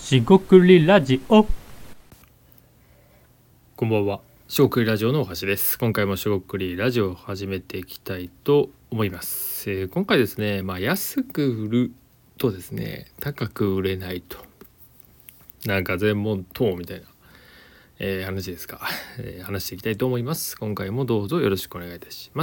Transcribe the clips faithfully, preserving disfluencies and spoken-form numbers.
しごくりラジオ。 こんばんは。しごくりラジオのお橋です。今回もしごくりラジオを始めていきたいと思います。えー、今回ですね、まあ、安く売るとですね、高く売れないと、なんか全問答みたいな、えー、話ですか、えー、話していきたいと思います。今回もどうぞよろしくお願いいたします。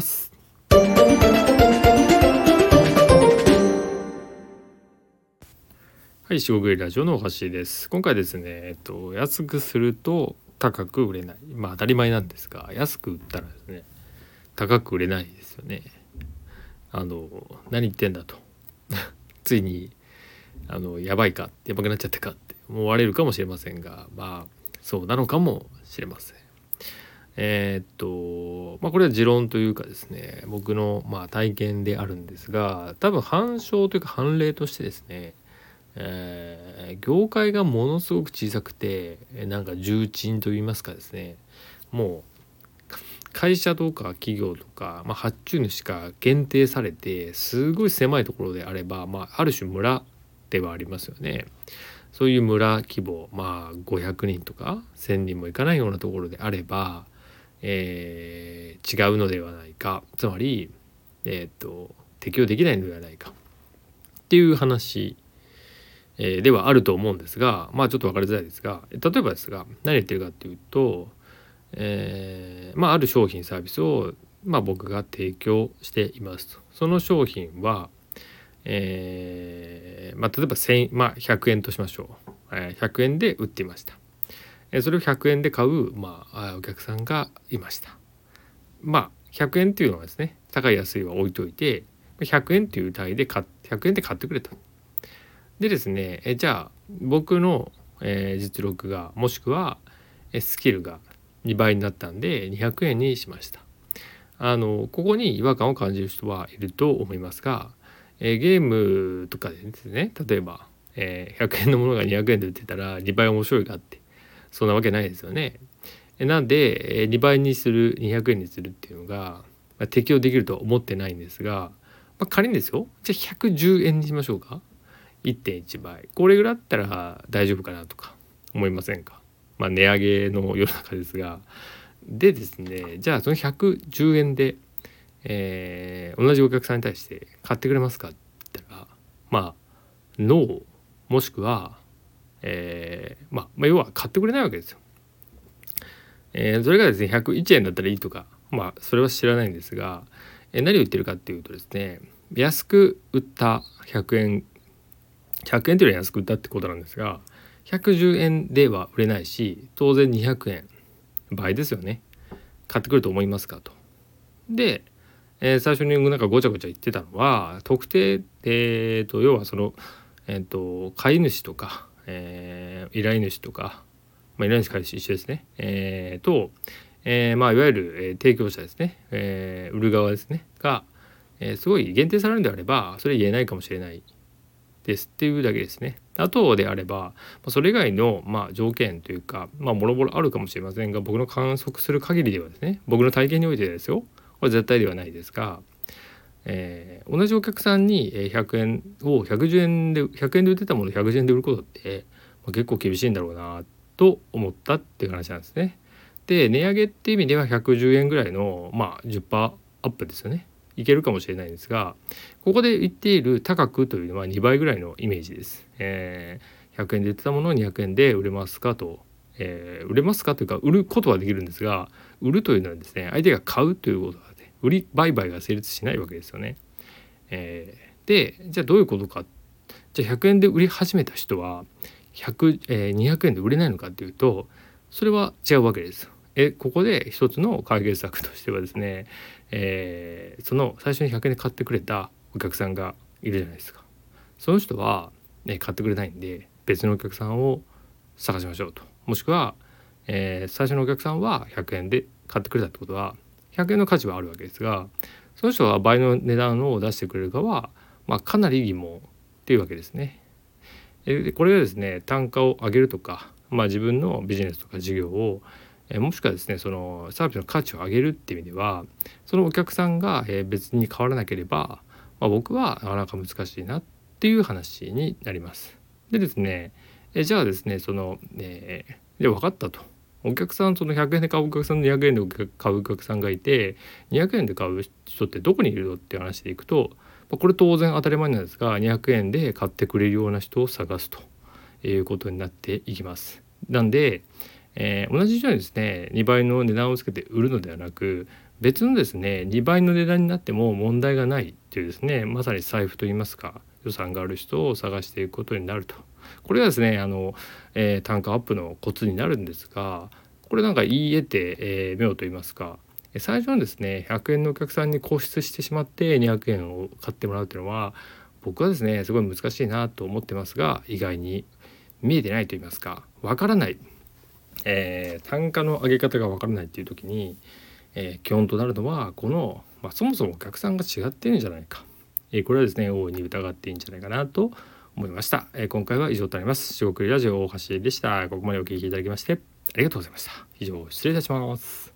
はい、しごくりラジオのお橋です。今回ですね、えっと、安くすると高く売れない。まあ当たり前なんですが、安く売ったらですね、高く売れないですよね。あの、何言ってんだと。ついに、あの、やばいか、やばくなっちゃったかって思われるかもしれませんが、まあ、そうなのかもしれません。えー、っと、まあこれは持論というかですね、僕のまあ体験であるんですが、多分反証というか判例としてですね、えー、業界がものすごく小さくてなんか重鎮といいますかですね、もう会社とか企業とか、まあ、発注主が限定されてすごい狭いところであれば、まあ、ある種村ではありますよね。そういう村規模、まあ、ごひゃくにんとかせんにんもいかないようなところであれば、えー、違うのではないか、つまり、えー、っと適用できないのではないかっていう話えー、ではあると思うんですが、まあちょっと分かりづらいですが、例えばですが何言ってるかっていうと、えー、まあある商品サービスを、まあ、僕が提供していますと。その商品は、えーまあ、例えばせん、まあ、ひゃくえんとしましょう、えー、ひゃくえんで売っていました。えー、それをひゃくえんで買う、まあ、お客さんがいました。まあひゃくえんっていうのはですね、高い安いは置いといてひゃくえんっていう単位で買っひゃくえんで買ってくれた。でですね、えじゃあ僕の、えー、実力がもしくはスキルがにばいになったんでにひゃくえんにしました。あのここに違和感を感じる人はいると思いますが、えー、ゲームとかでですね、例えば、えー、ひゃくえんのものがにひゃくえんで売ってたらにばい面白いかってそんなわけないですよね。なんでにばいにするにひゃくえんにするっていうのが、まあ、適用できるとは思ってないんですが、まあ、仮にですよ、じゃあひゃくじゅうえんにしましょうか。いってんいちばい、これぐらいだったら大丈夫かなとか思いませんか。まあ値上げの世の中ですが、でですね、じゃあそのひゃくじゅうえんで、えー、同じお客さんに対して買ってくれますかって言ったら、まあノー、もしくは、えーまあ、まあ要は買ってくれないわけですよ。えー、それがですねひゃくいちえんだったらいいとか、まあそれは知らないんですが、えー、何を言ってるかっていうとですね、安く売ったひゃくえんひゃくえんというのは安く売ったってことなんですが、ひゃくじゅうえんでは売れないし、当然にひゃくえん倍ですよね。買ってくると思いますかと。で、えー、最初になんかごちゃごちゃ言ってたのは、特定、えー、と要はその、えー、と買い主とか、えー、依頼主とか、まあ、依頼主買い主一緒ですね、えー、と、えーまあ、いわゆる、えー、提供者ですね、えー、売る側ですねが、えー、すごい限定されるんであればそれ言えないかもしれないですっていうだけですね。あとであればそれ以外のまあ条件というか、まあもろもろあるかもしれませんが、僕の観測する限りではですね、僕の体験においてですよ、これ絶対ではないですが、えー、同じお客さんにひゃくえんをひゃくじゅうえんでひゃくえんで売ってたものをひゃくじゅうえんで売ることって、まあ、結構厳しいんだろうなと思ったっていう話なんですね。で、値上げっていう意味ではひゃくじゅうえんぐらいのまあ じゅっパーセント アップですよね。いけるかもしれないんですが、ここで言っている高くというのはにばいぐらいのイメージです。えー、ひゃくえんで売ってたものをにひゃくえんで売れますかと、えー、売れますかというか売ることはできるんですが、売るというのはですね、相手が買うということで、売り売買が成立しないわけですよね。えー、で、じゃあどういうことか。じゃあひゃくえんで売り始めた人はひゃく、えー、にひゃくえんで売れないのかというと、それは違うわけです。えここで一つの解決策としてはですね、えー、その最初にひゃくえんで買ってくれたお客さんがいるじゃないですか。その人は、ね、買ってくれないんで別のお客さんを探しましょうと。もしくは、えー、最初のお客さんはひゃくえんで買ってくれたってことはひゃくえんの価値はあるわけですが、その人は倍の値段を出してくれるかは、まあ、かなり疑問っていうわけですね。でこれがですね、単価を上げるとか、まあ、自分のビジネスとか事業をえもしくはですね、そのサービスの価値を上げるっていう意味では、そのお客さんが別に変わらなければ、まあ、僕はなかなか難しいなっていう話になります。でですね、 えじゃあですねその、えー、で分かったと。お客さんそのひゃくえんで買うお客さんのにひゃくえんで買うお客さんがいてにひゃくえんで買う人ってどこにいるのって話でいくと、これ当然当たり前なんですがにひゃくえんで買ってくれるような人を探すということになっていきます。なんで、えー、同じようにですねにばいの値段をつけて売るのではなく、別のですねにばいの値段になっても問題がないっていうですね、まさに財布といいますか予算がある人を探していくことになると。これはですねあの、えー、単価アップのコツになるんですが、これなんか言い得て、えー、妙と言いますか、最初はですねひゃくえんのお客さんに固執してしまってにひゃくえんを買ってもらうっていうのは、僕はですねすごい難しいなと思ってますが、意外に見えてないと言いますかわからない、えー、単価の上げ方がわからないっていう時に、えー、基本となるのはこの、まあ、そもそもお客さんが違っているんじゃないか、えー、これはですね大いに疑っていいんじゃないかなと思いました。えー、今回は以上となります。しごくりラジオ大橋でした。ここまでお聞きいただきましてありがとうございました。以上失礼いたします。